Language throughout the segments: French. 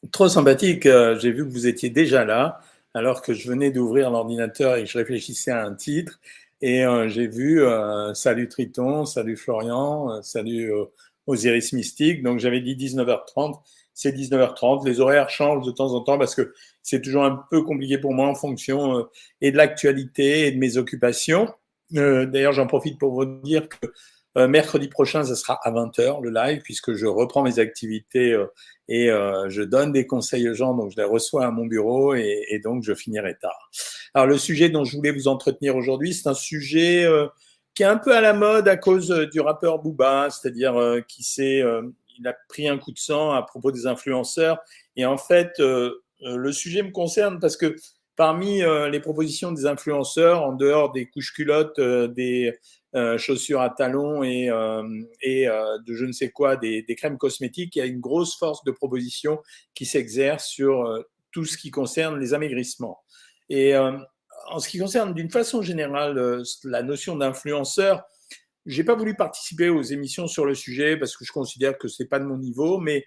Trop sympathique. J'ai vu que vous étiez déjà là, alors que je venais d'ouvrir l'ordinateur et que je réfléchissais à un titre. Et j'ai vu Salut Triton, salut Florian, salut Osiris Mystique. Donc j'avais dit 19h30. C'est 19h30. Les horaires changent de temps en temps parce que c'est toujours un peu compliqué pour moi en fonction et de l'actualité et de mes occupations. D'ailleurs, j'en profite pour vous dire que mercredi prochain, ça sera à 20h le live, puisque je reprends mes activités et je donne des conseils aux gens, donc je les reçois à mon bureau et donc je finirai tard. Alors le sujet dont je voulais vous entretenir aujourd'hui, c'est un sujet qui est un peu à la mode à cause du rappeur Booba, c'est-à-dire il a pris un coup de sang à propos des influenceurs et en fait le sujet me concerne parce que parmi les propositions des influenceurs, en dehors des couches culottes, des chaussures à talons et de je ne sais quoi, des crèmes cosmétiques, il y a une grosse force de proposition qui s'exerce sur tout ce qui concerne les amaigrissements. Et en ce qui concerne d'une façon générale la notion d'influenceur, j'ai pas voulu participer aux émissions sur le sujet parce que je considère que c'est pas de mon niveau, mais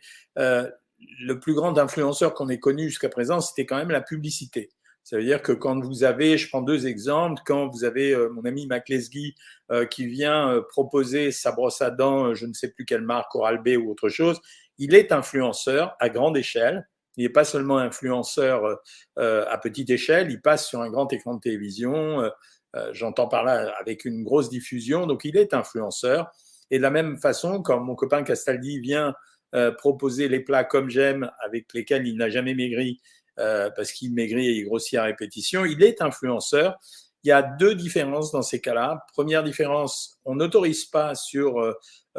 le plus grand influenceur qu'on ait connu jusqu'à présent, c'était quand même la publicité. Ça veut dire que quand vous avez, je prends deux exemples, quand vous avez mon ami Mac Lesguy qui vient proposer sa brosse à dents, je ne sais plus quelle marque, Oral-B ou autre chose, il est influenceur à grande échelle. Il n'est pas seulement influenceur à petite échelle, il passe sur un grand écran de télévision, j'entends par là avec une grosse diffusion, donc il est influenceur. Et de la même façon, quand mon copain Castaldi vient proposer les plats comme j'aime, avec lesquels il n'a jamais maigri, parce qu'il maigrit et il grossit à répétition, il est influenceur. Il y a deux différences dans ces cas-là. Première différence, on n'autorise pas sur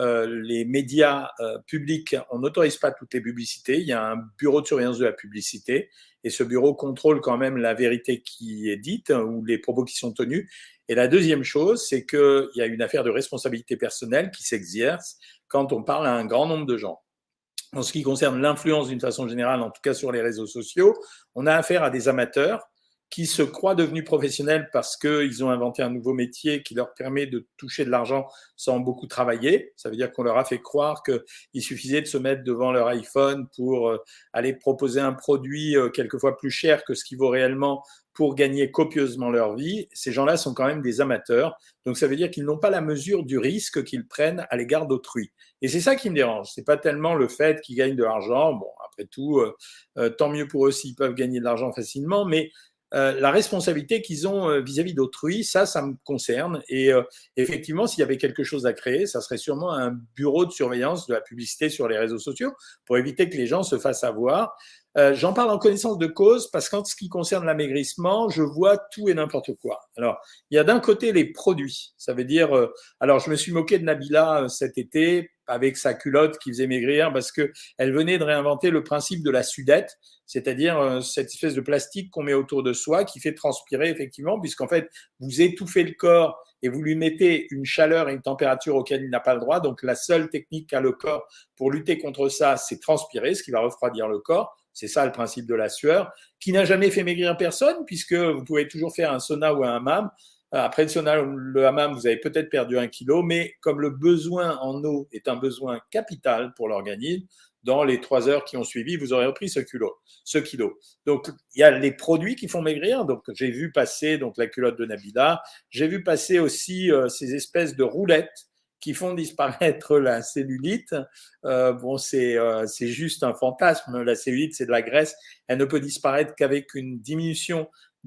les médias publics, on n'autorise pas toutes les publicités. Il y a un bureau de surveillance de la publicité et ce bureau contrôle quand même la vérité qui est dite ou les propos qui sont tenus. Et la deuxième chose, c'est qu'il y a une affaire de responsabilité personnelle qui s'exerce quand on parle à un grand nombre de gens. En ce qui concerne l'influence d'une façon générale, en tout cas sur les réseaux sociaux, on a affaire à des amateurs qui se croient devenus professionnels parce qu'ils ont inventé un nouveau métier qui leur permet de toucher de l'argent sans beaucoup travailler. Ça veut dire qu'on leur a fait croire qu'il suffisait de se mettre devant leur iPhone pour aller proposer un produit quelquefois plus cher que ce qui vaut réellement pour gagner copieusement leur vie. Ces gens-là sont quand même des amateurs. Donc ça veut dire qu'ils n'ont pas la mesure du risque qu'ils prennent à l'égard d'autrui. Et c'est ça qui me dérange. C'est pas tellement le fait qu'ils gagnent de l'argent. Bon, après tout, tant mieux pour eux s'ils peuvent gagner de l'argent facilement, mais la responsabilité qu'ils ont vis-à-vis d'autrui, ça me concerne. Et effectivement, s'il y avait quelque chose à créer, ça serait sûrement un bureau de surveillance de la publicité sur les réseaux sociaux pour éviter que les gens se fassent avoir. J'en parle en connaissance de cause parce qu'en ce qui concerne l'amaigrissement, je vois tout et n'importe quoi. Alors, il y a d'un côté les produits. Ça veut dire, alors je me suis moqué de Nabila cet été avec sa culotte qui faisait maigrir parce que elle venait de réinventer le principe de la sudette, c'est-à-dire cette espèce de plastique qu'on met autour de soi qui fait transpirer effectivement, puisqu'en fait vous étouffez le corps et vous lui mettez une chaleur et une température auxquelles il n'a pas le droit. Donc la seule technique qu'a le corps pour lutter contre ça, c'est transpirer, ce qui va refroidir le corps. C'est ça le principe de la sueur, qui n'a jamais fait maigrir personne, puisque vous pouvez toujours faire un sauna ou un hammam. Après le sauna, le hammam, vous avez peut-être perdu 1 kilo, mais comme le besoin en eau est un besoin capital pour l'organisme, dans les 3 heures qui ont suivi, vous aurez repris ce kilo. Donc, il y a les produits qui font maigrir. Donc, j'ai vu passer donc la culotte de Nabila. J'ai vu passer aussi ces espèces de roulettes qui font disparaître la cellulite. Bon, c'est juste un fantasme. La cellulite, c'est de la graisse. Elle ne peut disparaître qu'avec une diminution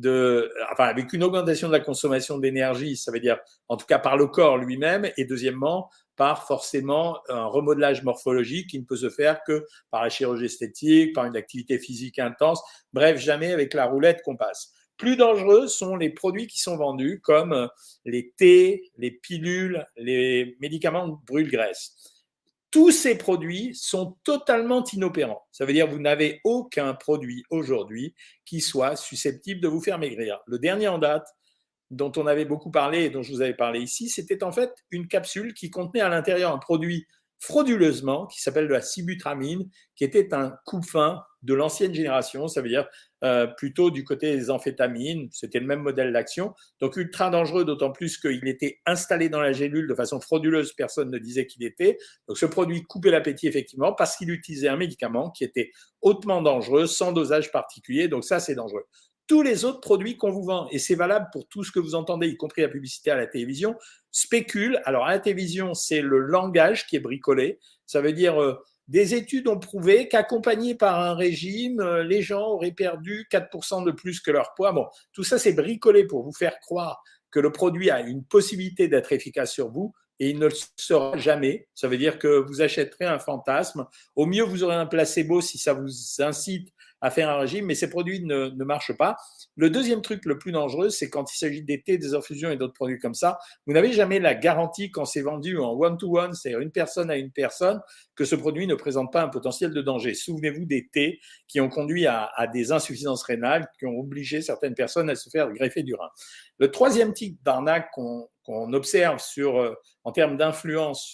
avec une augmentation de la consommation d'énergie, ça veut dire, en tout cas par le corps lui-même, et deuxièmement, par forcément un remodelage morphologique qui ne peut se faire que par la chirurgie esthétique, par une activité physique intense, bref, jamais avec la roulette qu'on passe. Plus dangereux sont les produits qui sont vendus comme les thés, les pilules, les médicaments brûle-graisse. Tous ces produits sont totalement inopérants. Ça veut dire que vous n'avez aucun produit aujourd'hui qui soit susceptible de vous faire maigrir. Le dernier en date, dont on avait beaucoup parlé et dont je vous avais parlé ici, c'était en fait une capsule qui contenait à l'intérieur un produit frauduleusement, qui s'appelle de la sibutramine, qui était un coupe-faim de l'ancienne génération, ça veut dire plutôt du côté des amphétamines, c'était le même modèle d'action, donc ultra dangereux, d'autant plus qu'il était installé dans la gélule de façon frauduleuse, personne ne disait qu'il était, donc ce produit coupait l'appétit effectivement parce qu'il utilisait un médicament qui était hautement dangereux, sans dosage particulier, donc ça c'est dangereux. Tous les autres produits qu'on vous vend, et c'est valable pour tout ce que vous entendez, y compris la publicité à la télévision, spéculent. Alors à la télévision, c'est le langage qui est bricolé. Ça veut dire des études ont prouvé qu'accompagnés par un régime, les gens auraient perdu 4% de plus que leur poids. Bon, tout ça, c'est bricolé pour vous faire croire que le produit a une possibilité d'être efficace sur vous et il ne le sera jamais. Ça veut dire que vous achèterez un fantasme. Au mieux, vous aurez un placebo si ça vous incite à faire un régime, mais ces produits ne marchent pas. Le deuxième truc le plus dangereux, c'est quand il s'agit des thés, des infusions et d'autres produits comme ça, vous n'avez jamais la garantie quand c'est vendu en one-to-one, c'est-à-dire une personne à une personne, que ce produit ne présente pas un potentiel de danger. Souvenez-vous des thés qui ont conduit à des insuffisances rénales, qui ont obligé certaines personnes à se faire greffer du rein. Le troisième type d'arnaque qu'on observe en termes d'influence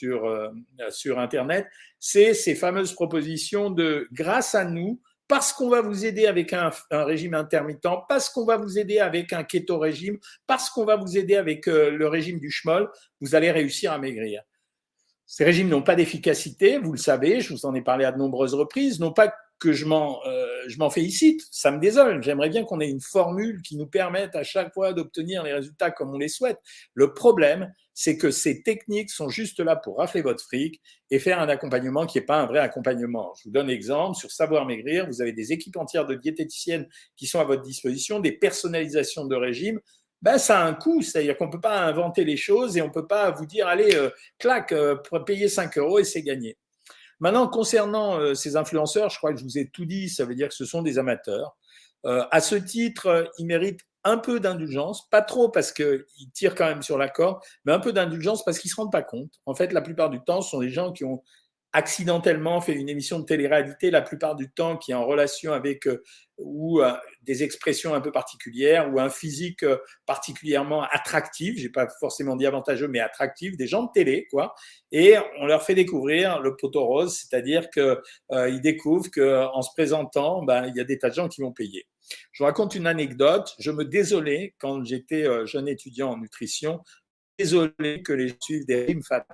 sur Internet, c'est ces fameuses propositions de « grâce à nous », parce qu'on va vous aider avec un régime intermittent, parce qu'on va vous aider avec un keto-régime, parce qu'on va vous aider avec le régime du schmoll, vous allez réussir à maigrir. Ces régimes n'ont pas d'efficacité, vous le savez, je vous en ai parlé à de nombreuses reprises, non pas que je m'en félicite, ça me désole. J'aimerais bien qu'on ait une formule qui nous permette à chaque fois d'obtenir les résultats comme on les souhaite. Le problème, c'est que ces techniques sont juste là pour rafler votre fric et faire un accompagnement qui n'est pas un vrai accompagnement. Je vous donne l'exemple, sur Savoir Maigrir, vous avez des équipes entières de diététiciennes qui sont à votre disposition, des personnalisations de régime. Ben, ça a un coût, c'est-à-dire qu'on ne peut pas inventer les choses et on ne peut pas vous dire, allez, clac, pour payer 5 € et c'est gagné. Maintenant, concernant ces influenceurs, je crois que je vous ai tout dit, ça veut dire que ce sont des amateurs. À ce titre, ils méritent un peu d'indulgence, pas trop parce qu'ils tirent quand même sur la corde, mais un peu d'indulgence parce qu'ils ne se rendent pas compte. En fait, la plupart du temps, ce sont des gens qui ont accidentellement fait une émission de télé-réalité, la plupart du temps qui est en relation avec des expressions un peu particulières ou un physique particulièrement attractif, j'ai pas forcément dit avantageux, mais attractif, des gens de télé, quoi. Et on leur fait découvrir le poteau rose, c'est-à-dire qu'ils découvrent qu'en se présentant, il y a des tas de gens qui vont payer. Je vous raconte une anecdote. Je me désolais quand j'étais jeune étudiant en nutrition, désolé que les gens suivent des régimes fatals.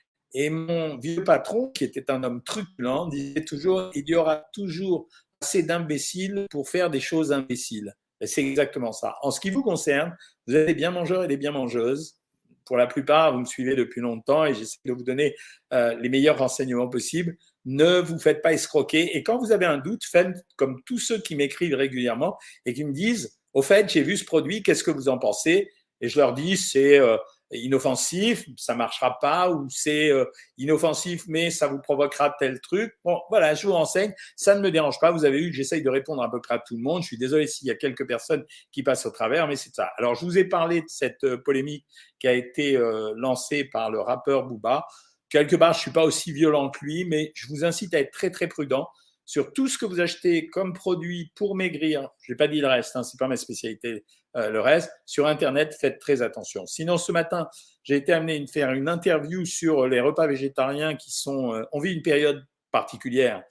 Et mon vieux patron, qui était un homme truculent, disait toujours, il y aura toujours assez d'imbéciles pour faire des choses imbéciles. Et c'est exactement ça. En ce qui vous concerne, vous êtes des bien mangeurs et des bien mangeuses. Pour la plupart, vous me suivez depuis longtemps et j'essaie de vous donner les meilleurs renseignements possibles. Ne vous faites pas escroquer. Et quand vous avez un doute, faites comme tous ceux qui m'écrivent régulièrement et qui me disent, au fait, j'ai vu ce produit, qu'est-ce que vous en pensez? Et je leur dis, c'est inoffensif, ça marchera pas, ou c'est inoffensif, mais ça vous provoquera tel truc. Bon, voilà, je vous renseigne, ça ne me dérange pas. Vous avez vu que j'essaye de répondre à peu près à tout le monde. Je suis désolé s'il y a quelques personnes qui passent au travers, mais c'est ça. Alors, je vous ai parlé de cette polémique qui a été lancée par le rappeur Booba. Quelque part, je suis pas aussi violent que lui, mais je vous incite à être très, très prudent sur tout ce que vous achetez comme produit pour maigrir. Je n'ai pas dit le reste, hein, c'est pas ma spécialité. Le reste, sur Internet, faites très attention. Sinon, ce matin, j'ai été amené à faire une interview sur les repas végétariens qui sont. On vit une période particulière.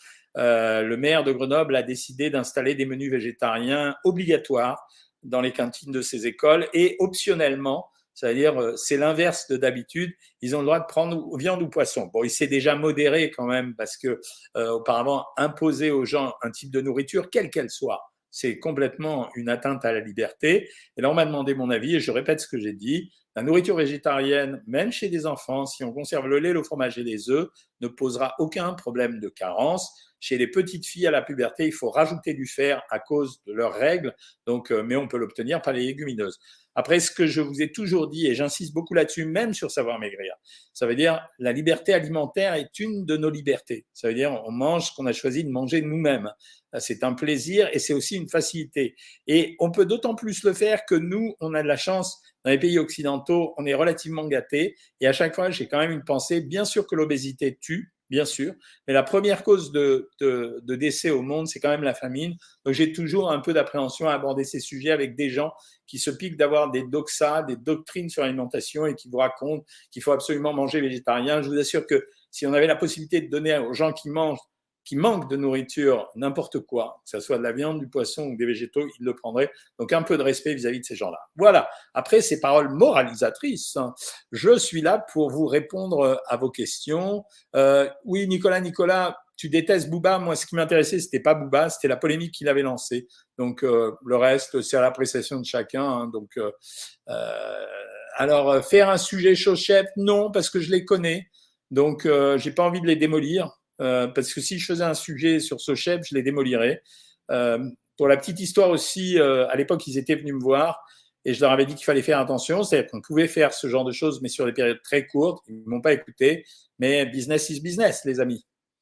Le maire de Grenoble a décidé d'installer des menus végétariens obligatoires dans les cantines de ses écoles et optionnellement, c'est-à-dire c'est l'inverse de d'habitude, ils ont le droit de prendre viande ou poisson. Bon, il s'est déjà modéré quand même parce que auparavant, imposer aux gens un type de nourriture, quelle qu'elle soit, c'est complètement une atteinte à la liberté. Et là, on m'a demandé mon avis et je répète ce que j'ai dit. La nourriture végétarienne, même chez des enfants, si on conserve le lait, le fromage et les œufs, ne posera aucun problème de carence. Chez les petites filles à la puberté, il faut rajouter du fer à cause de leurs règles, donc, mais on peut l'obtenir par les légumineuses. Après, ce que je vous ai toujours dit, et j'insiste beaucoup là-dessus, même sur Savoir Maigrir, ça veut dire la liberté alimentaire est une de nos libertés. Ça veut dire on mange ce qu'on a choisi de manger nous-mêmes. C'est un plaisir et c'est aussi une facilité. Et on peut d'autant plus le faire que nous, on a de la chance. Dans les pays occidentaux, on est relativement gâtés. Et à chaque fois, j'ai quand même une pensée. Bien sûr que l'obésité tue, bien sûr. Mais la première cause de décès au monde, c'est quand même la famine. Donc, j'ai toujours un peu d'appréhension à aborder ces sujets avec des gens qui se piquent d'avoir des doxas, des doctrines sur l'alimentation et qui vous racontent qu'il faut absolument manger végétarien. Je vous assure que Si on avait la possibilité de donner aux gens qui manquent de nourriture n'importe quoi, que ce soit de la viande, du poisson ou des végétaux, ils le prendraient. Donc un peu de respect vis-à-vis de ces gens-là. Voilà. Après ces paroles moralisatrices, je suis là pour vous répondre à vos questions. Oui, Nicolas, tu détestes Booba. Moi, ce qui m'intéressait, c'était pas Booba, c'était la polémique qu'il avait lancée. Donc le reste, c'est à l'appréciation de chacun. Donc alors faire un sujet Sochep, non, parce que je les connais. Donc j'ai pas envie de les démolir. Parce que si je faisais un sujet sur Sochep, je les démolirais. Pour la petite histoire aussi, à l'époque, ils étaient venus me voir et je leur avais dit qu'il fallait faire attention, c'est-à-dire qu'on pouvait faire ce genre de choses, mais sur des périodes très courtes. Ils ne m'ont pas écouté, mais business is business, les amis.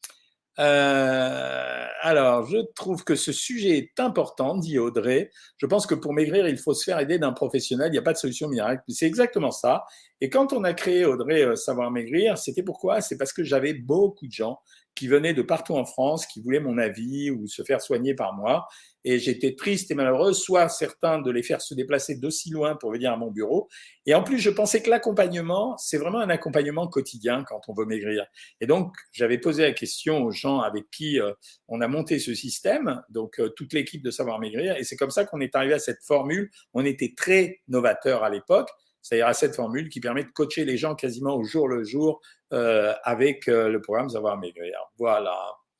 Alors, je trouve que ce sujet est important, dit Audrey. Je pense que pour maigrir, il faut se faire aider d'un professionnel. Il n'y a pas de solution miracle. C'est exactement ça. Et quand on a créé Audrey Savoir Maigrir, c'était pourquoi? C'est parce que j'avais beaucoup de gens qui venaient de partout en France, qui voulaient mon avis ou se faire soigner par moi. Et j'étais triste et malheureuse, soit certains de les faire se déplacer d'aussi loin pour venir à mon bureau. Et en plus, je pensais que l'accompagnement, c'est vraiment un accompagnement quotidien quand on veut maigrir. Et donc, j'avais posé la question aux gens avec qui on a monté ce système, donc toute l'équipe de Savoir Maigrir. Et c'est comme ça qu'on est arrivé à cette formule. On était très novateur à l'époque, c'est-à-dire à cette formule qui permet de coacher les gens quasiment au jour le jour avec le programme Savoir Maigrir. Voilà.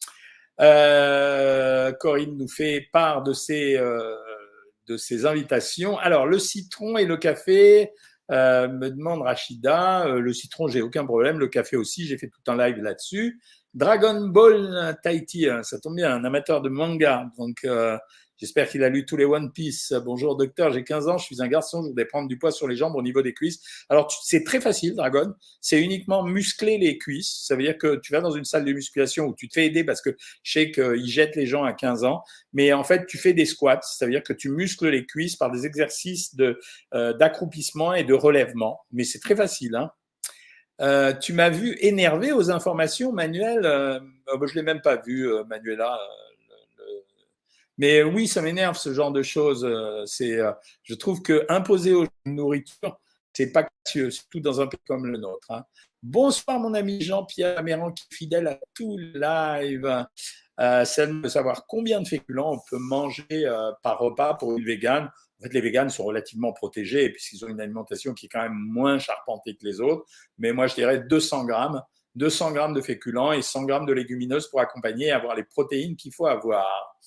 Corinne nous fait part de ses invitations. Alors, le citron et le café, me demande Rachida. Le citron, j'ai aucun problème. Le café aussi, j'ai fait tout un live là-dessus. Dragon Ball Tahiti, ça tombe bien, un amateur de manga. Donc, j'espère qu'il a lu tous les One Piece. Bonjour docteur, j'ai 15 ans, je suis un garçon, je voudrais prendre du poids sur les jambes au niveau des cuisses. Alors, c'est très facile, Dragon. C'est uniquement muscler les cuisses. Ça veut dire que tu vas dans une salle de musculation où tu te fais aider parce que je sais qu'ils jettent les gens à 15 ans. Mais en fait, tu fais des squats. Ça veut dire que tu muscles les cuisses par des exercices d'accroupissement et de relèvement. Mais c'est très facile, hein. Tu m'as vu énervé aux informations, Manuel. Je l'ai même pas vu, Manuela. Mais oui, ça m'énerve ce genre de choses. Je trouve que imposer aux gens une nourriture, c'est pas gracieux, surtout dans un pays comme le nôtre. Hein. Bonsoir, mon ami Jean-Pierre Améran, qui est fidèle à tout live. C'est de savoir combien de féculents on peut manger par repas pour une végane. En fait, les véganes sont relativement protégés puisqu'ils ont une alimentation qui est quand même moins charpentée que les autres. Mais moi, je dirais 200 grammes. 200 grammes de féculents et 100 grammes de légumineuses pour accompagner et avoir les protéines qu'il faut avoir.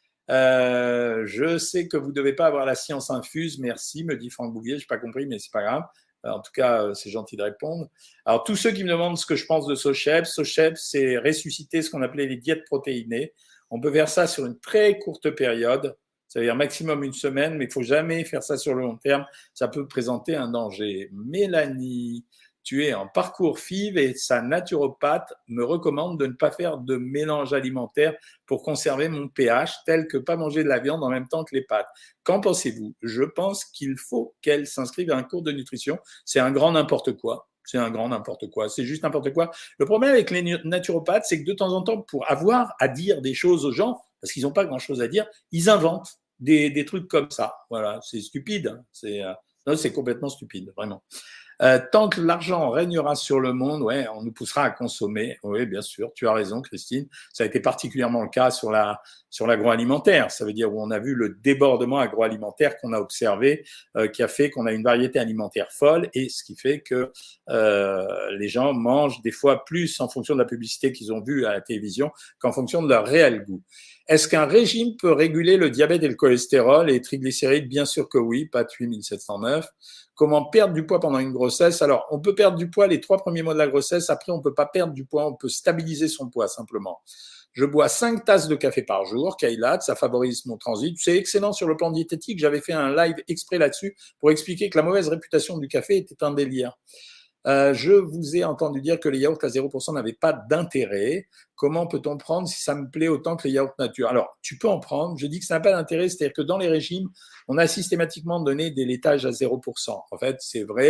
Je sais que vous ne devez pas avoir la science infuse. Merci, me dit Franck Bouvier. Je n'ai pas compris, mais ce n'est pas grave. En tout cas, c'est gentil de répondre. Alors, tous ceux qui me demandent ce que je pense de Sochep, c'est ressusciter ce qu'on appelait les diètes protéinées. On peut faire ça sur une très courte période, ça veut dire maximum une semaine, mais il ne faut jamais faire ça sur le long terme. Ça peut présenter un danger. Mélanie, tu es en parcours FIV et sa naturopathe me recommande de ne pas faire de mélange alimentaire pour conserver mon pH, tel que pas manger de la viande en même temps que les pâtes. Qu'en pensez-vous? Je pense qu'il faut qu'elle s'inscrive à un cours de nutrition. C'est un grand n'importe quoi. C'est un grand n'importe quoi. C'est juste n'importe quoi. Le problème avec les naturopathes, c'est que de temps en temps, pour avoir à dire des choses aux gens, parce qu'ils n'ont pas grand-chose à dire, ils inventent des trucs comme ça. Voilà, c'est stupide. C'est complètement stupide, vraiment. Tant que l'argent régnera sur le monde, ouais, on nous poussera à consommer. Oui, bien sûr, tu as raison, Christine. Ça a été particulièrement le cas sur l'agroalimentaire. Ça veut dire où on a vu le débordement agroalimentaire qu'on a observé, qui a fait qu'on a une variété alimentaire folle, et ce qui fait que les gens mangent des fois plus en fonction de la publicité qu'ils ont vue à la télévision qu'en fonction de leur réel goût. Est-ce qu'un régime peut réguler le diabète et le cholestérol et les triglycérides? Bien sûr que oui, Pat 8709. Comment perdre du poids pendant une grossesse? Alors, on peut perdre du poids les 3 premiers mois de la grossesse. Après, on ne peut pas perdre du poids, on peut stabiliser son poids simplement. Je bois 5 tasses de café par jour, Kailat, ça favorise mon transit. C'est excellent sur le plan diététique. J'avais fait un live exprès là-dessus pour expliquer que la mauvaise réputation du café était un délire. Je vous ai entendu dire que les yaourts à 0% n'avaient pas d'intérêt. Comment peut-on prendre si ça me plaît autant que les yaourts nature? Alors, tu peux en prendre. Je dis que ça n'a pas d'intérêt, c'est-à-dire que dans les régimes, on a systématiquement donné des laitages à 0%. En fait, c'est vrai,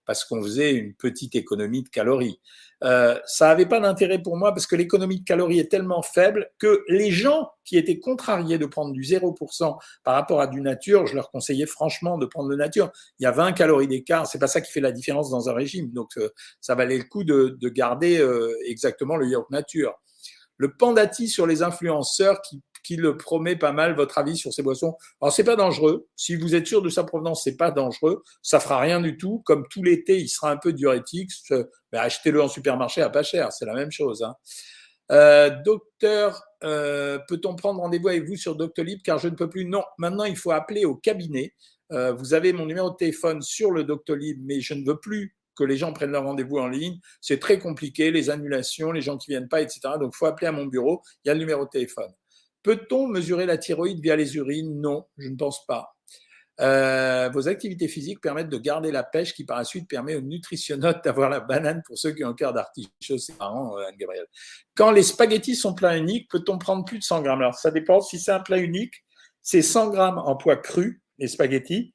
parce qu'on faisait une petite économie de calories. Ça n'avait pas d'intérêt pour moi parce que l'économie de calories est tellement faible que les gens qui étaient contrariés de prendre du 0% par rapport à du nature, je leur conseillais franchement de prendre le nature. Il y a 20 calories d'écart, c'est pas ça qui fait la différence dans un régime. Donc ça valait le coup de garder exactement le yaourt nature. Le Pandati sur les influenceurs qui le promet pas mal, votre avis sur ces boissons. Alors, c'est pas dangereux. Si vous êtes sûr de sa provenance, c'est pas dangereux. Ça fera rien du tout. Comme tout l'été, il sera un peu diurétique. Ben, achetez-le en supermarché à pas cher. C'est la même chose. Hein. Docteur, peut-on prendre rendez-vous avec vous sur Doctolib car je ne peux plus? Non, maintenant il faut appeler au cabinet. Vous avez mon numéro de téléphone sur le Doctolib, mais je ne veux plus que les gens prennent leur rendez-vous en ligne. C'est très compliqué, les annulations, les gens qui viennent pas, etc. Donc il faut appeler à mon bureau. Il y a le numéro de téléphone. Peut-on mesurer la thyroïde via les urines? Non, je ne pense pas. Vos activités physiques permettent de garder la pêche qui par la suite permet aux nutritionnautes d'avoir la banane pour ceux qui ont un cœur d'artichaut. C'est marrant, Anne-Gabrielle. Quand les spaghettis sont plats uniques, peut-on prendre plus de 100 grammes? Alors ça dépend. Si c'est un plat unique, c'est 100 grammes en poids cru, les spaghettis.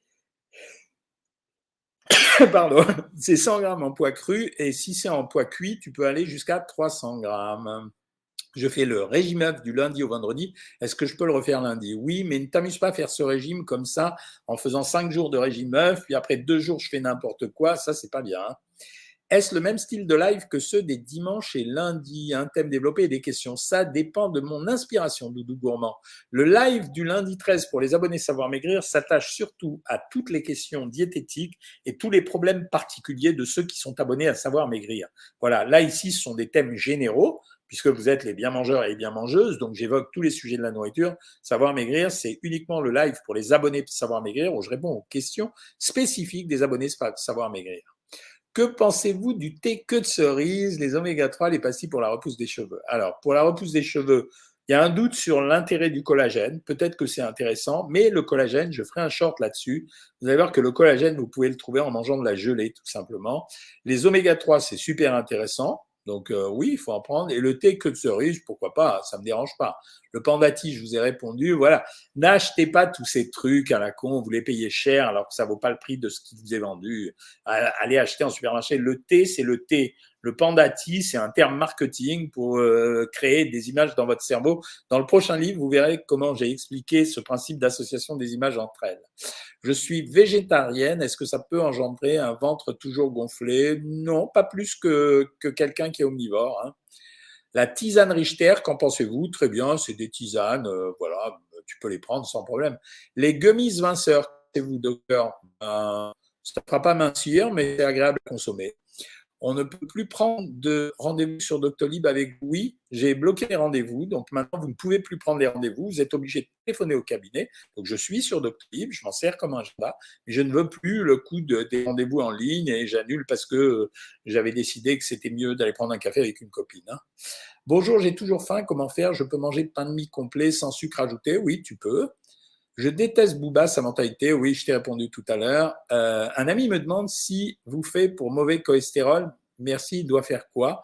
Pardon, c'est 100 grammes en poids cru et si c'est en poids cuit, tu peux aller jusqu'à 300 grammes. Je fais le régime œuf du lundi au vendredi. Est-ce que je peux le refaire lundi? Oui, mais ne t'amuse pas à faire ce régime comme ça en faisant 5 jours de régime œuf, puis après 2 jours, je fais n'importe quoi. Ça, c'est pas bien. Hein. Est-ce le même style de live que ceux des dimanches et lundis? Un thème développé et des questions. Ça dépend de mon inspiration, Doudou Gourmand. Le live du lundi 13 pour les abonnés Savoir Maigrir s'attache surtout à toutes les questions diététiques et tous les problèmes particuliers de ceux qui sont abonnés à Savoir Maigrir. Voilà, là ici, ce sont des thèmes généraux puisque vous êtes les bien mangeurs et les bien mangeuses, donc j'évoque tous les sujets de la nourriture. Savoir Maigrir, c'est uniquement le live pour les abonnés Savoir Maigrir où je réponds aux questions spécifiques des abonnés Savoir Maigrir. Que pensez-vous du thé queue de cerise, les oméga 3, les pastilles pour la repousse des cheveux? Alors, pour la repousse des cheveux, il y a un doute sur l'intérêt du collagène. Peut-être que c'est intéressant, mais le collagène, je ferai un short là-dessus. Vous allez voir que le collagène, vous pouvez le trouver en mangeant de la gelée, tout simplement. Les oméga 3, c'est super intéressant. Donc oui, il faut en prendre. Et le thé queue de cerise, pourquoi pas, ça me dérange pas. Le Pandati, je vous ai répondu, voilà. N'achetez pas tous ces trucs à la con, vous les payez cher alors que ça vaut pas le prix de ce qui vous est vendu. Allez acheter en supermarché. Le thé, c'est le thé. Le Pandati, c'est un terme marketing pour créer des images dans votre cerveau. Dans le prochain livre, vous verrez comment j'ai expliqué ce principe d'association des images entre elles. Je suis végétarienne. Est-ce que ça peut engendrer un ventre toujours gonflé? Non, pas plus que quelqu'un qui est omnivore. Hein. La tisane Richter, qu'en pensez-vous? Très bien, c'est des tisanes, voilà, tu peux les prendre sans problème. Les gummies minceurs, c'est vous, docteur? Ça ne fera pas mincir, mais c'est agréable à consommer. On ne peut plus prendre de rendez-vous sur Doctolib avec vous. Oui, j'ai bloqué les rendez-vous, donc maintenant vous ne pouvez plus prendre les rendez-vous. Vous êtes obligé de téléphoner au cabinet. Donc je suis sur Doctolib, je m'en sers comme un agenda, mais je ne veux plus le coup des rendez-vous en ligne et j'annule parce que j'avais décidé que c'était mieux d'aller prendre un café avec une copine. Hein. Bonjour, j'ai toujours faim. Comment faire? Je peux manger pain de mie complet sans sucre ajouté? Oui, tu peux. Je déteste Booba, sa mentalité. Oui, je t'ai répondu tout à l'heure. Un ami me demande si vous faites pour mauvais cholestérol. Merci, il doit faire quoi?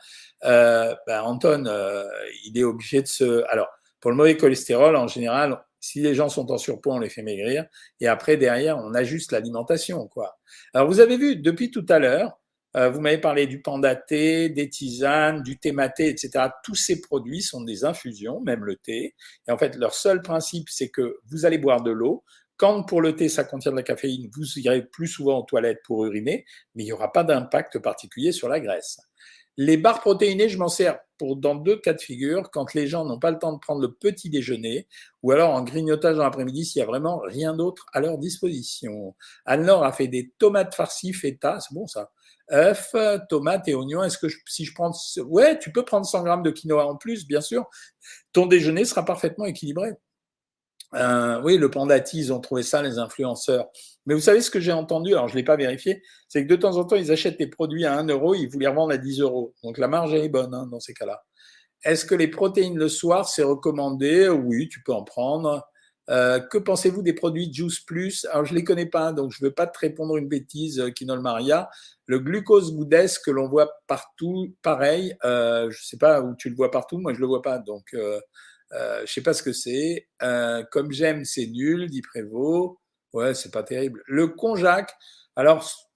Anton, il est obligé de se... Alors, pour le mauvais cholestérol, en général, si les gens sont en surpoids, on les fait maigrir. Et après, derrière, on ajuste l'alimentation, quoi. Alors, vous avez vu, depuis tout à l'heure, vous m'avez parlé du pandathé, des tisanes, du thé maté, etc. Tous ces produits sont des infusions, même le thé. Et en fait, leur seul principe, c'est que vous allez boire de l'eau. Quand pour le thé, ça contient de la caféine, vous irez plus souvent aux toilettes pour uriner, mais il n'y aura pas d'impact particulier sur la graisse. Les barres protéinées, je m'en sers pour dans 2 cas de figure, quand les gens n'ont pas le temps de prendre le petit déjeuner, ou alors en grignotage dans l'après-midi, s'il n'y a vraiment rien d'autre à leur disposition. Anne-Laure a fait des tomates farcies feta, c'est bon ça. Œufs, tomates et oignons. Est-ce que si je prends... Ouais, tu peux prendre 100 grammes de quinoa en plus, bien sûr. Ton déjeuner sera parfaitement équilibré. Oui, le Pandati, ils ont trouvé ça, les influenceurs. Mais vous savez ce que j'ai entendu, alors je ne l'ai pas vérifié, c'est que de temps en temps, ils achètent des produits à 1 euro, ils vous les revendent à 10 euros. Donc la marge est bonne hein, dans ces cas-là. Est-ce que les protéines le soir, c'est recommandé? Oui, tu peux en prendre. Que pensez-vous des produits Juice Plus? Alors, je ne les connais pas, donc je ne veux pas te répondre une bêtise, Kinol Maria. Le glucose Goudès que l'on voit partout, pareil, je ne sais pas où tu le vois partout, moi je ne le vois pas, donc je ne sais pas ce que c'est. Comme j'aime, c'est nul, dit Prévost. Ouais, c'est pas terrible. Le konjac, alors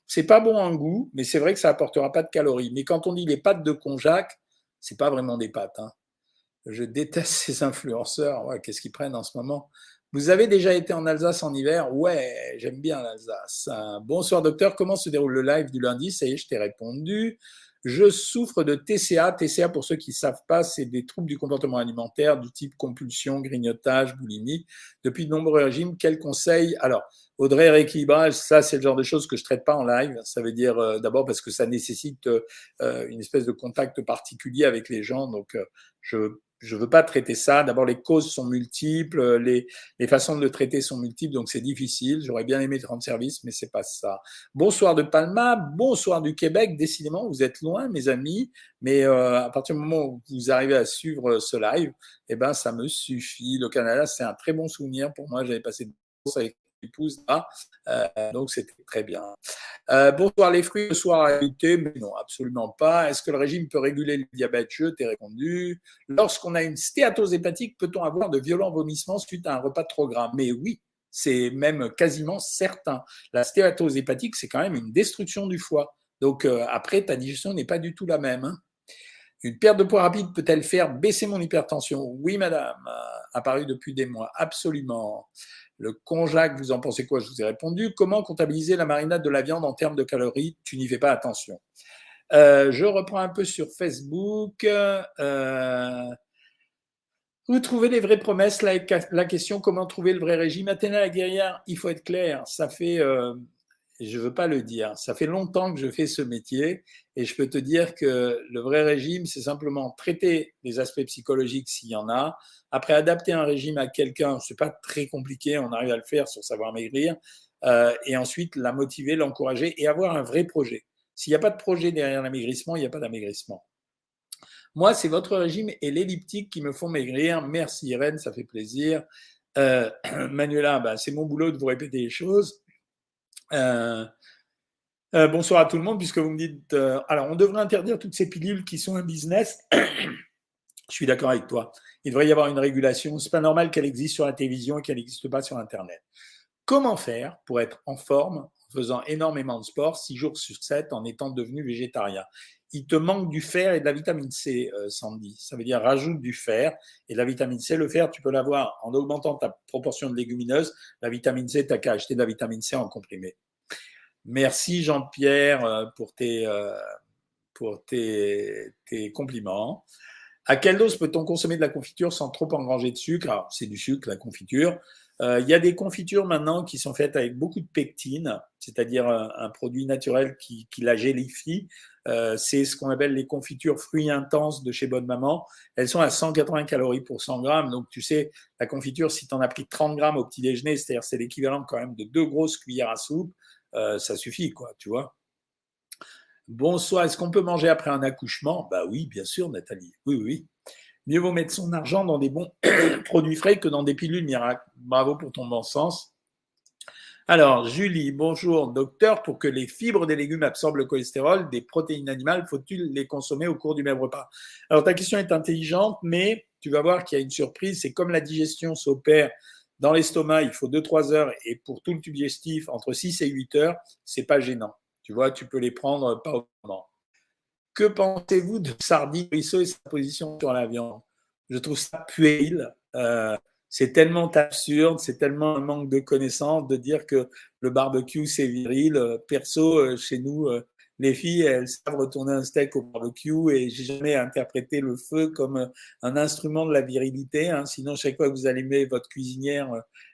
c'est pas bon en goût, mais c'est vrai que ça apportera pas de calories. Mais quand on dit les pâtes de konjac, c'est pas vraiment des pâtes, hein. Je déteste ces influenceurs. Ouais, qu'est-ce qu'ils prennent en ce moment? Vous avez déjà été en Alsace en hiver? Ouais, j'aime bien l'Alsace. Bonsoir docteur, comment se déroule le live du lundi? Ça y est, je t'ai répondu. Je souffre de TCA. TCA, pour ceux qui ne savent pas, c'est des troubles du comportement alimentaire du type compulsion, grignotage, boulimie. Depuis de nombreux régimes, quels conseils? Alors, Audrey, rééquilibrage, ça, c'est le genre de choses que je ne traite pas en live. Ça veut dire d'abord parce que ça nécessite une espèce de contact particulier avec les gens. Donc, je veux pas traiter ça. D'abord, les causes sont multiples, les façons de le traiter sont multiples, donc c'est difficile. J'aurais bien aimé te rendre service, mais c'est pas ça. Bonsoir de Palma, bonsoir du Québec. Décidément, vous êtes loin, mes amis, mais à partir du moment où vous arrivez à suivre ce live, eh ben ça me suffit. Le Canada, c'est un très bon souvenir pour moi. J'avais passé des courses avec mon épouse là, donc c'était très bien. Bonsoir les fruits, bonsoir à l'été, mais non, absolument pas. Est-ce que le régime peut réguler le diabète? Je t'ai répondu. Lorsqu'on a une stéatose hépatique, peut-on avoir de violents vomissements suite à un repas trop gras? Mais oui, c'est même quasiment certain. La stéatose hépatique, c'est quand même une destruction du foie. Donc après, ta digestion n'est pas du tout la même, hein. Une perte de poids rapide peut-elle faire baisser mon hypertension? Oui, madame, apparu depuis des mois, absolument. Le konjac, vous en pensez quoi? Je vous ai répondu. Comment comptabiliser la marinade de la viande en termes de calories? Tu n'y fais pas attention. Je reprends un peu sur Facebook. Où trouver les vraies promesses? La question, comment trouver le vrai régime? Athéna la guerrière, il faut être clair, ça fait, je ne veux pas le dire, ça fait longtemps que je fais ce métier et je peux te dire que le vrai régime, c'est simplement traiter les aspects psychologiques s'il y en a. Après, adapter un régime à quelqu'un, ce n'est pas très compliqué, on arrive à le faire sur savoir maigrir. Et ensuite, la motiver, l'encourager et avoir un vrai projet. S'il n'y a pas de projet derrière l'amaigrissement, il n'y a pas d'amaigrissement. Moi, c'est votre régime et l'elliptique qui me font maigrir. Merci Irène, ça fait plaisir. Manuela, bah, c'est mon boulot de vous répéter les choses. Bonsoir à tout le monde, puisque vous me dites... alors, on devrait interdire toutes ces pilules qui sont un business. Je suis d'accord avec toi. Il devrait y avoir une régulation. Ce n'est pas normal qu'elle existe sur la télévision et qu'elle n'existe pas sur Internet. Comment faire pour être en forme en faisant énormément de sport 6 jours sur 7 en étant devenu végétarien? Il te manque du fer et de la vitamine C, Sandy. Ça veut dire rajoute du fer et de la vitamine C. Le fer, tu peux l'avoir en augmentant ta proportion de légumineuses. La vitamine C, tu n'as qu'à acheter de la vitamine C en comprimé. Merci Jean-Pierre pour tes compliments. À quelle dose peut-on consommer de la confiture sans trop engranger de sucre? Alors, c'est du sucre, la confiture. Il y a des confitures maintenant qui sont faites avec beaucoup de pectine, c'est-à-dire un produit naturel qui la gélifie. C'est ce qu'on appelle les confitures fruits intenses de chez Bonne Maman. Elles sont à 180 calories pour 100 grammes. Donc, tu sais, la confiture, si tu en as pris 30 grammes au petit déjeuner, c'est-à-dire c'est l'équivalent quand même de 2 grosses cuillères à soupe, ça suffit, quoi, tu vois. Bonsoir, est-ce qu'on peut manger après un accouchement? Bah oui, bien sûr, Nathalie. Oui, oui. Mieux vaut mettre son argent dans des bons produits frais que dans des pilules miracles. Bravo pour ton bon sens. Alors, Julie, bonjour. Docteur, pour que les fibres des légumes absorbent le cholestérol des protéines animales, faut-il les consommer au cours du même repas? Alors, ta question est intelligente, mais tu vas voir qu'il y a une surprise. C'est comme la digestion s'opère dans l'estomac, il faut 2-3 heures, et pour tout le tube digestif, entre 6 et 8 heures, c'est pas gênant. Tu vois, tu peux les prendre pas au moment. Que pensez-vous de Sardine Ruisseau et sa position sur la viande? Je trouve ça puéril. C'est tellement absurde, c'est tellement un manque de connaissances de dire que le barbecue c'est viril. Perso, chez nous, les filles, elles savent retourner un steak au barbecue et j'ai jamais interprété le feu comme un instrument de la virilité, hein. Sinon, chaque fois que vous allumez votre cuisinière,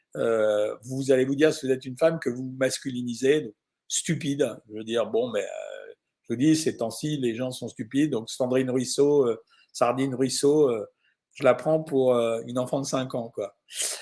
vous allez vous dire, si vous êtes une femme, que vous vous masculinisez. Donc, stupide. Je veux dire, bon, mais je vous dis, ces temps-ci, les gens sont stupides. Donc, Sandrine Ruisseau, Sardine Ruisseau, je la prends pour une enfant de 5 ans, quoi.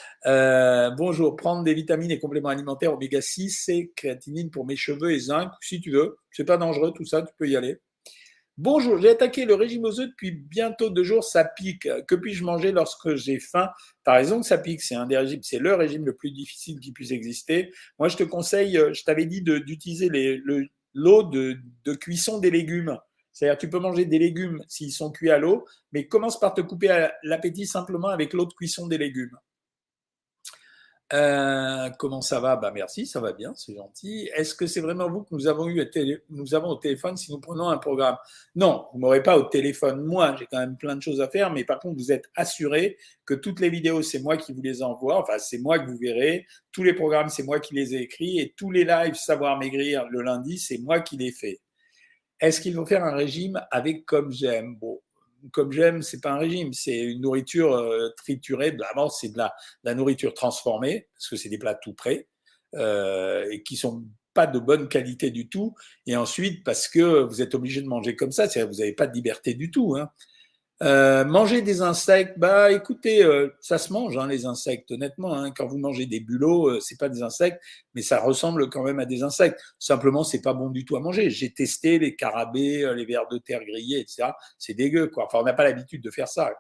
Bonjour, prendre des vitamines et compléments alimentaires oméga 6 et créatinine pour mes cheveux et zinc, si tu veux. C'est pas dangereux, tout ça, tu peux y aller. Bonjour, j'ai attaqué le régime aux œufs depuis bientôt 2 jours, ça pique. Que puis-je manger lorsque j'ai faim? T'as raison que ça pique, c'est un des régimes, c'est le régime le plus difficile qui puisse exister. Moi, je te conseille, je t'avais dit d'utiliser l'eau de cuisson des légumes. C'est-à-dire, tu peux manger des légumes s'ils sont cuits à l'eau, mais commence par te couper l'appétit simplement avec l'eau de cuisson des légumes. Comment ça va? Bah merci, ça va bien, c'est gentil. Est-ce que c'est vraiment vous que nous avons au téléphone si nous prenons un programme? Non, vous m'aurez pas au téléphone. Moi, j'ai quand même plein de choses à faire, mais par contre, vous êtes assuré que toutes les vidéos, c'est moi qui vous les envoie. Enfin, c'est moi que vous verrez. Tous les programmes, c'est moi qui les ai écrits. Et tous les lives Savoir Maigrir le lundi, c'est moi qui les fais. Est-ce qu'il faut faire un régime avec comme j'aime? Bon, comme j'aime, c'est pas un régime, c'est une nourriture triturée. D'abord, c'est de la nourriture transformée, parce que c'est des plats tout prêts et qui sont pas de bonne qualité du tout. Et ensuite, parce que vous êtes obligé de manger comme ça, c'est-à-dire que vous n'avez pas de liberté du tout. Hein. Manger des insectes, bah écoutez, ça se mange hein, les insectes, honnêtement. Hein, quand vous mangez des bulots, c'est pas des insectes, mais ça ressemble quand même à des insectes. Simplement, c'est pas bon du tout à manger. J'ai testé les carabées, les vers de terre grillés, etc. C'est dégueu, quoi. Enfin, on n'a pas l'habitude de faire ça.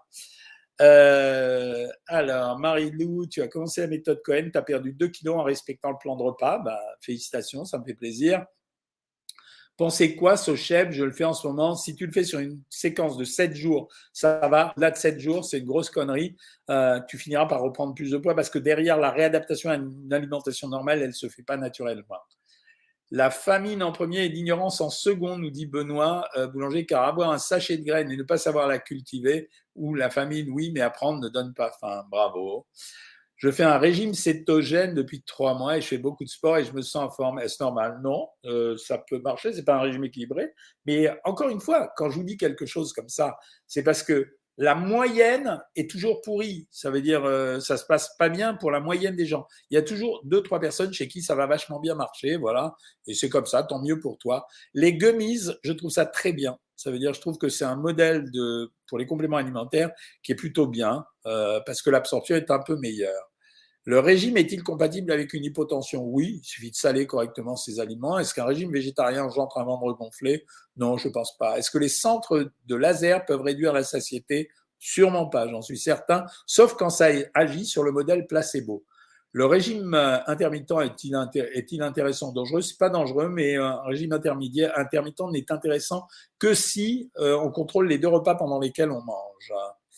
Alors, Marie-Lou, tu as commencé la méthode Cohen, tu as perdu 2 kilos en respectant le plan de repas. Bah, félicitations, ça me fait plaisir. Pensez quoi, ce chef? Je le fais en ce moment. Si tu le fais sur une séquence de 7 jours, ça va. Là, de 7 jours, c'est une grosse connerie. Tu finiras par reprendre plus de poids parce que derrière la réadaptation à une alimentation normale, elle ne se fait pas naturellement. La famine en premier et l'ignorance en second, nous dit Benoît Boulanger, car avoir un sachet de graines et ne pas savoir la cultiver, ou la famine, oui, mais apprendre ne donne pas faim. Bravo. Je fais un régime cétogène depuis 3 mois et je fais beaucoup de sport et je me sens en forme. Est-ce normal? Non, ça peut marcher, c'est pas un régime équilibré. Mais encore une fois, quand je vous dis quelque chose comme ça, c'est parce que la moyenne est toujours pourrie. Ça veut dire ça se passe pas bien pour la moyenne des gens. Il y a toujours 2-3 personnes chez qui ça va vachement bien marcher, voilà. Et c'est comme ça, tant mieux pour toi. Les gummies, je trouve ça très bien. Ça veut dire, je trouve que c'est un modèle pour les compléments alimentaires qui est plutôt bien parce que l'absorption est un peu meilleure. Le régime est-il compatible avec une hypotension? Oui, il suffit de saler correctement ces aliments. Est-ce qu'un régime végétarien engendre un ventre gonflé? Non, je ne pense pas. Est-ce que les centres de laser peuvent réduire la satiété? Sûrement pas, j'en suis certain, sauf quand ça agit sur le modèle placebo. Le régime intermittent est-il intéressant, dangereux? C'est pas dangereux, mais un régime intermittent n'est intéressant que si on contrôle les 2 repas pendant lesquels on mange.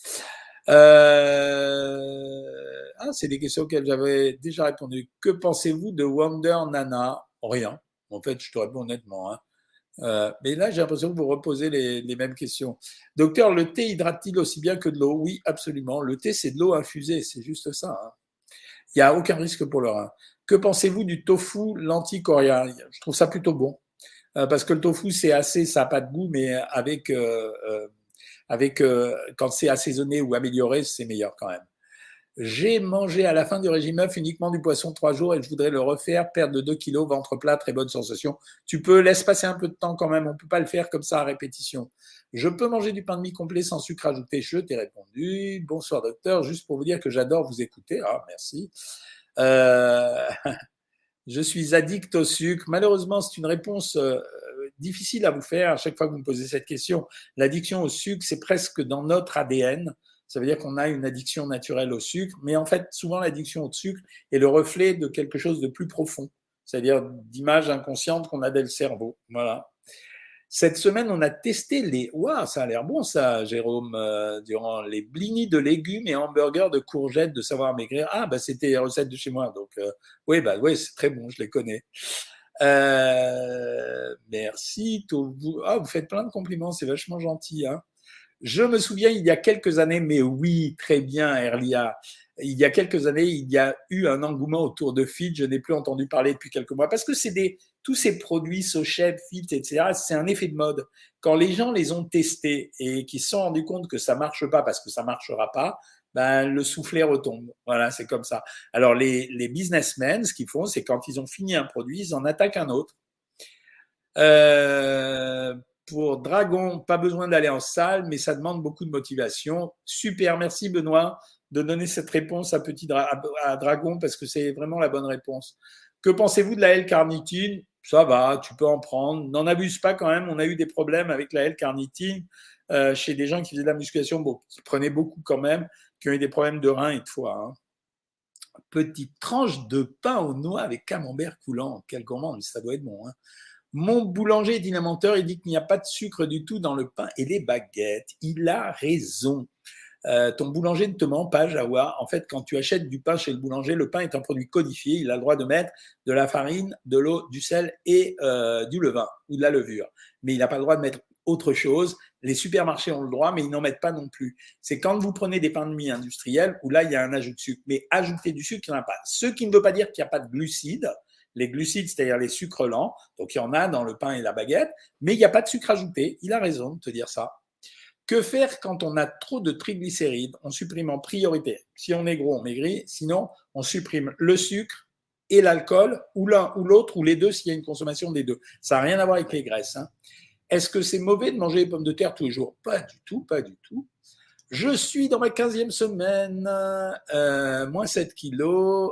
C'est des questions auxquelles j'avais déjà répondu. Que pensez-vous de Wonder Nana? Rien. En fait, je te réponds honnêtement. Hein. Mais là, j'ai l'impression que vous reposez les mêmes questions. Docteur, le thé hydrate-t-il aussi bien que de l'eau? Oui, absolument. Le thé, c'est de l'eau infusée. C'est juste ça. Hein. Il n'y a aucun risque pour le rein. Que pensez-vous du tofu lentilles-coréen? Je trouve ça plutôt bon. Parce que le tofu, c'est assez, ça n'a pas de goût, mais avec quand c'est assaisonné ou amélioré, c'est meilleur quand même. J'ai mangé à la fin du régime œuf uniquement du poisson 3 jours et je voudrais le refaire, perdre de 2 kilos, ventre plat, très bonne sensation. Tu peux, laisse passer un peu de temps quand même, on ne peut pas le faire comme ça à répétition. Je peux manger du pain de mie complet sans sucre ajouté, je t'ai répondu. Bonsoir docteur, juste pour vous dire que j'adore vous écouter. Ah, merci. Je suis addict au sucre. Malheureusement, c'est une réponse difficile à vous faire à chaque fois que vous me posez cette question. L'addiction au sucre, c'est presque dans notre ADN. Ça veut dire qu'on a une addiction naturelle au sucre, mais en fait, souvent, l'addiction au sucre est le reflet de quelque chose de plus profond, c'est-à-dire d'images inconscientes qu'on a dès le cerveau. Voilà. Cette semaine, on a testé les... Waouh, ça a l'air bon ça, Jérôme, durant les blinis de légumes et hamburgers de courgettes de Savoir Maigrir. Ah, bah c'était les recettes de chez moi, donc oui, bah oui, c'est très bon, je les connais. Merci. Vous faites plein de compliments, c'est vachement gentil. Hein. Je me souviens, il y a quelques années, mais oui, très bien, Erlia. Il y a quelques années, il y a eu un engouement autour de Fit. Je n'ai plus entendu parler depuis quelques mois parce que tous ces produits, Socheb, Fit, etc., c'est un effet de mode. Quand les gens les ont testés et qu'ils se sont rendus compte que ça marche pas parce que ça marchera pas, ben, le soufflet retombe. Voilà, c'est comme ça. Alors, les businessmen, ce qu'ils font, c'est quand ils ont fini un produit, ils en attaquent un autre. Pour Dragon, pas besoin d'aller en salle, mais ça demande beaucoup de motivation. Super, merci Benoît de donner cette réponse à Dragon parce que c'est vraiment la bonne réponse. Que pensez-vous de la L-carnitine? Ça va, tu peux en prendre. N'en abuse pas quand même. On a eu des problèmes avec la L-carnitine chez des gens qui faisaient de la musculation, qui prenaient beaucoup quand même, qui ont eu des problèmes de rein et de foie. Hein. Petite tranche de pain aux noix avec camembert coulant. Quelle gourmande, ça doit être bon. Hein. Mon boulanger est un menteur, il dit qu'il n'y a pas de sucre du tout dans le pain et les baguettes. Il a raison. ton boulanger ne te ment pas, Jawa. En fait, quand tu achètes du pain chez le boulanger, le pain est un produit codifié. Il a le droit de mettre de la farine, de l'eau, du sel et du levain ou de la levure. Mais il n'a pas le droit de mettre autre chose. Les supermarchés ont le droit, mais ils n'en mettent pas non plus. C'est quand vous prenez des pains de mie industriels où là, il y a un ajout de sucre. Mais ajouter du sucre, il n'y en a pas. Ce qui ne veut pas dire qu'il n'y a pas de glucides. Les glucides, c'est-à-dire les sucres lents. Donc, il y en a dans le pain et la baguette. Mais il n'y a pas de sucre ajouté. Il a raison de te dire ça. Que faire quand on a trop de triglycérides? On supprime en priorité. Si on est gros, on maigrit. Sinon, on supprime le sucre et l'alcool, ou l'un ou l'autre, ou les deux s'il y a une consommation des deux. Ça n'a rien à voir avec les graisses. Hein. Est-ce que c'est mauvais de manger les pommes de terre tous les jours? Pas du tout, pas du tout. Je suis dans ma 15e semaine, moins 7 kilos.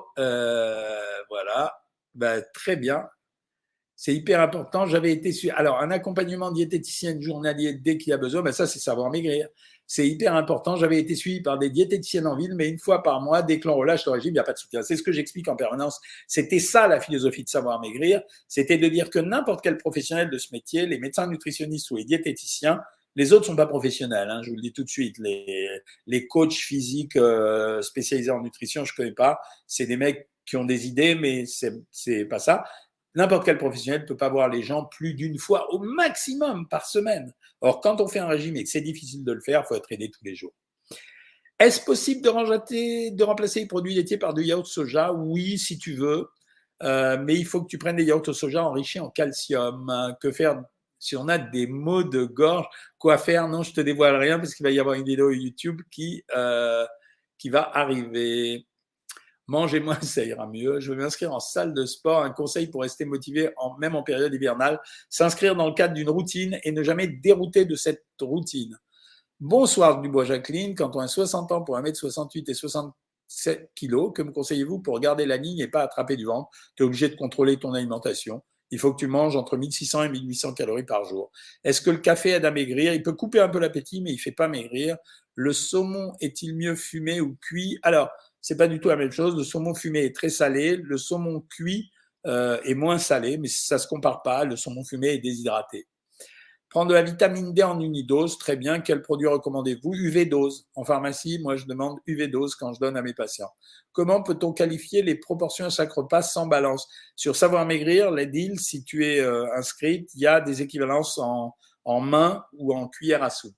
Voilà, ben, très bien. C'est hyper important. J'avais été suivi. Alors, un accompagnement diététicien journalier dès qu'il y a besoin, ben ça, c'est savoir maigrir. C'est hyper important. J'avais été suivi par des diététiciennes en ville, mais une fois par mois, dès que l'on relâche le régime, il n'y a pas de soutien. C'est ce que j'explique en permanence. C'était ça la philosophie de savoir maigrir. C'était de dire que n'importe quel professionnel de ce métier, les médecins nutritionnistes ou les diététiciens, les autres sont pas professionnels, hein, je vous le dis tout de suite. Les coachs physiques spécialisés en nutrition, je connais pas. C'est des mecs qui ont des idées, mais c'est pas ça. N'importe quel professionnel ne peut pas voir les gens plus d'une fois au maximum par semaine. Or, quand on fait un régime et que c'est difficile de le faire, il faut être aidé tous les jours. Est-ce possible de remplacer les produits laitiers par du yaourt soja? Oui, si tu veux. Mais il faut que tu prennes des yaourts au soja enrichis en calcium. Que faire si on a des maux de gorge? Quoi faire? Non, je te dévoile rien parce qu'il va y avoir une vidéo YouTube qui va arriver. Mangez moins, ça ira mieux. Je vais m'inscrire en salle de sport. Un conseil pour rester motivé, même en période hivernale. S'inscrire dans le cadre d'une routine et ne jamais dérouter de cette routine. Bonsoir Dubois Jacqueline. Quand on a 60 ans pour 1m68 et 67 kilos, que me conseillez-vous pour garder la ligne et pas attraper du ventre? Tu es obligé de contrôler ton alimentation. Il faut que tu manges entre 1600 et 1800 calories par jour. Est-ce que le café aide à maigrir? Il peut couper un peu l'appétit, mais il ne fait pas maigrir. Le saumon est-il mieux fumé ou cuit? Alors, c'est pas du tout la même chose. Le saumon fumé est très salé. Le saumon cuit est moins salé, mais ça se compare pas. Le saumon fumé est déshydraté. Prendre de la vitamine D en unidose, très bien. Quel produit recommandez-vous? UV dose. En pharmacie, moi, je demande UV dose quand je donne à mes patients. Comment peut-on qualifier les proportions à chaque repas sans balance? Sur Savoir Maigrir, les deals, si tu es inscrite, il y a des équivalences en main ou en cuillère à soupe.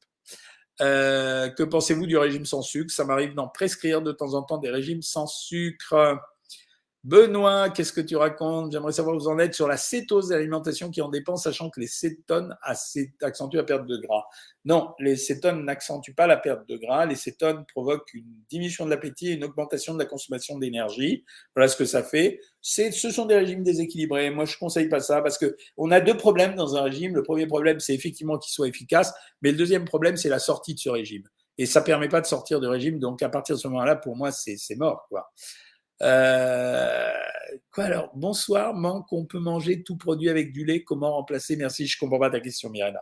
Que pensez-vous du régime sans sucre? Ça m'arrive d'en prescrire de temps en temps des régimes sans sucre. Benoît, qu'est-ce que tu racontes? J'aimerais savoir où vous en êtes sur la cétose de l'alimentation qui en dépend, sachant que les cétones accentuent la perte de gras. Non, les cétones n'accentuent pas la perte de gras. Les cétones provoquent une diminution de l'appétit et une augmentation de la consommation d'énergie. Voilà ce que ça fait. Ce sont des régimes déséquilibrés. Moi, je ne conseille pas ça parce qu'on a deux problèmes dans un régime. Le premier problème, c'est effectivement qu'il soit efficace, mais le deuxième problème, c'est la sortie de ce régime. Et ça ne permet pas de sortir du régime. Donc, à partir de ce moment-là, pour moi, c'est mort, quoi. Quoi alors? Bonsoir, manque, on peut manger tout produit avec du lait. Comment remplacer? Merci, je comprends pas ta question, Miranda.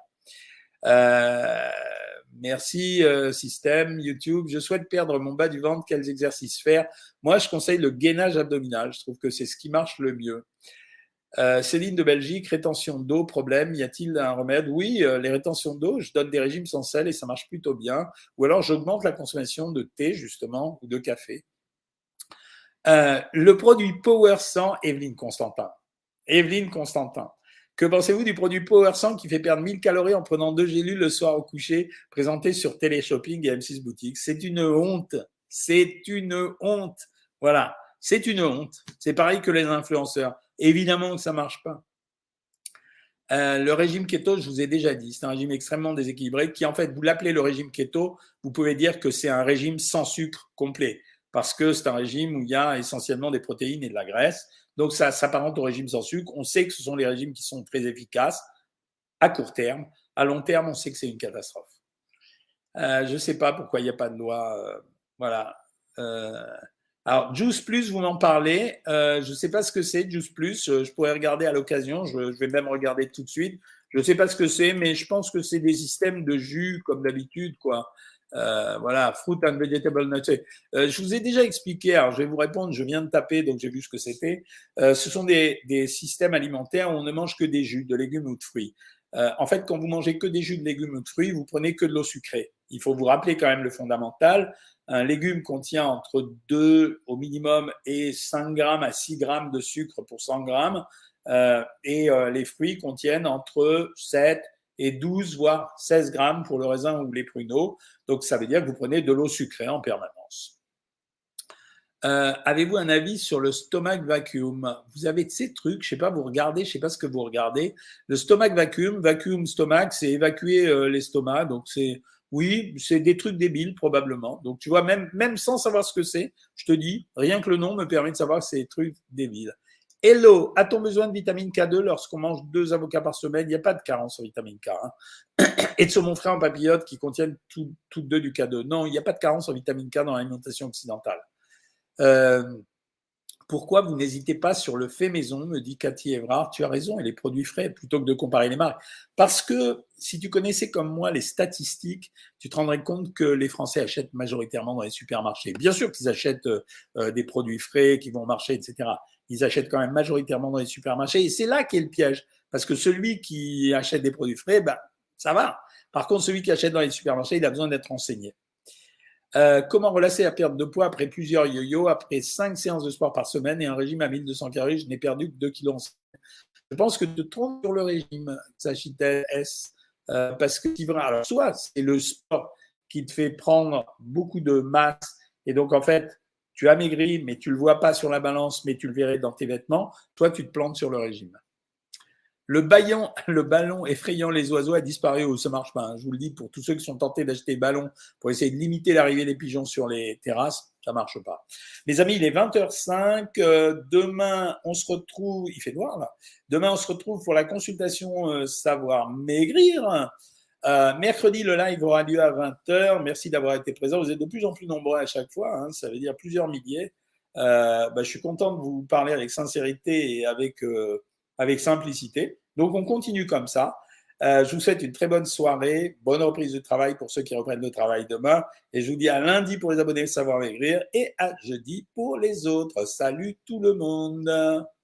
Merci, système, YouTube. Je souhaite perdre mon bas du ventre. Quels exercices faire? Moi, je conseille le gainage abdominal. Je trouve que c'est ce qui marche le mieux. Céline de Belgique, rétention d'eau, problème, y a-t-il un remède? Oui, les rétentions d'eau, je donne des régimes sans sel et ça marche plutôt bien. Ou alors, j'augmente la consommation de thé, justement, ou de café. Le produit Power 100, Evelyne Constantin. Evelyne Constantin. Que pensez-vous du produit Power 100 qui fait perdre 1000 calories en prenant 2 gélules le soir au coucher, présenté sur Téléshopping et M6 Boutique? C'est une honte. C'est une honte. Voilà. C'est une honte. C'est pareil que les influenceurs. Évidemment que ça ne marche pas. Le régime keto, je vous ai déjà dit, c'est un régime extrêmement déséquilibré qui, en fait, vous l'appelez le régime keto, vous pouvez dire que c'est un régime sans sucre complet parce que c'est un régime où il y a essentiellement des protéines et de la graisse. Donc, ça s'apparente au régime sans sucre. On sait que ce sont les régimes qui sont très efficaces à court terme. À long terme, on sait que c'est une catastrophe. Je ne sais pas pourquoi il n'y a pas de loi. Voilà. Alors, Juice Plus, vous m'en parlez. Je ne sais pas ce que c'est, Juice Plus. Je pourrais regarder à l'occasion. Je vais même regarder tout de suite. Je ne sais pas ce que c'est, mais je pense que c'est des systèmes de jus, comme d'habitude, quoi. Voilà, fruit and vegetable nuts. Je vous ai déjà expliqué, alors je vais vous répondre, je viens de taper, donc j'ai vu ce que c'était. Ce sont des systèmes alimentaires où on ne mange que des jus, de légumes ou de fruits. En fait, quand vous mangez que des jus de légumes ou de fruits, vous prenez que de l'eau sucrée. il faut vous rappeler quand même le fondamental. Un légume contient entre 2 au minimum et 5 grammes à 6 grammes de sucre pour 100 grammes. Les fruits contiennent entre 7 et 12, voire 16 grammes pour le raisin ou les pruneaux. Donc, ça veut dire que vous prenez de l'eau sucrée en permanence. Avez-vous un avis sur le stomach vacuum? Vous avez ces trucs, je sais pas, vous regardez, je sais pas ce que vous regardez. Le stomach vacuum, vacuum stomach, c'est évacuer l'estomac. Donc oui, c'est des trucs débiles probablement. Donc tu vois, même sans savoir ce que c'est, je te dis, rien que le nom me permet de savoir que c'est des trucs débiles. Hello, a-t-on besoin de vitamine K2 lorsqu'on mange 2 avocats par semaine? Il n'y a pas de carence en vitamine K. Hein. Et de saumon frais en papillote qui contiennent toutes deux du K2. Non, il n'y a pas de carence en vitamine K dans l'alimentation occidentale. Pourquoi vous n'hésitez pas sur le fait maison, me dit Cathy Evrard. Tu as raison, et les produits frais, plutôt que de comparer les marques. Parce que si tu connaissais comme moi les statistiques, tu te rendrais compte que les Français achètent majoritairement dans les supermarchés. Bien sûr qu'ils achètent des produits frais qui vont au marché, etc. Ils achètent quand même majoritairement dans les supermarchés. Et c'est là qu'est le piège. Parce que celui qui achète des produits frais, ben, ça va. Par contre, celui qui achète dans les supermarchés, il a besoin d'être renseigné. Comment relâcher la perte de poids après plusieurs yo-yo, après 5 séances de sport par semaine et un régime à 1200 calories, je n'ai perdu que 2 kilos en semaine. Je pense que tu te trompes sur le régime, Sachitel S, parce que alors, soit c'est le sport qui te fait prendre beaucoup de masse et donc en fait tu amaigris mais tu le vois pas sur la balance mais tu le verrais dans tes vêtements, toi tu te plantes sur le régime. Le ballon effrayant les oiseaux a disparu ou ça marche pas. Hein. Je vous le dis pour tous ceux qui sont tentés d'acheter des ballons pour essayer de limiter l'arrivée des pigeons sur les terrasses, ça marche pas. Les amis, il est 20h05. Demain, on se retrouve. Il fait noir là. Demain, on se retrouve pour la consultation savoir maigrir. Mercredi, le live aura lieu à 20h. Merci d'avoir été présent. Vous êtes de plus en plus nombreux à chaque fois. Hein. Ça veut dire plusieurs milliers. Je suis content de vous parler avec sincérité et avec simplicité. Donc, on continue comme ça. Je vous souhaite une très bonne soirée, bonne reprise de travail pour ceux qui reprennent le travail demain. Et je vous dis à lundi pour les abonnés de Savoir Maigrir et à jeudi pour les autres. Salut tout le monde!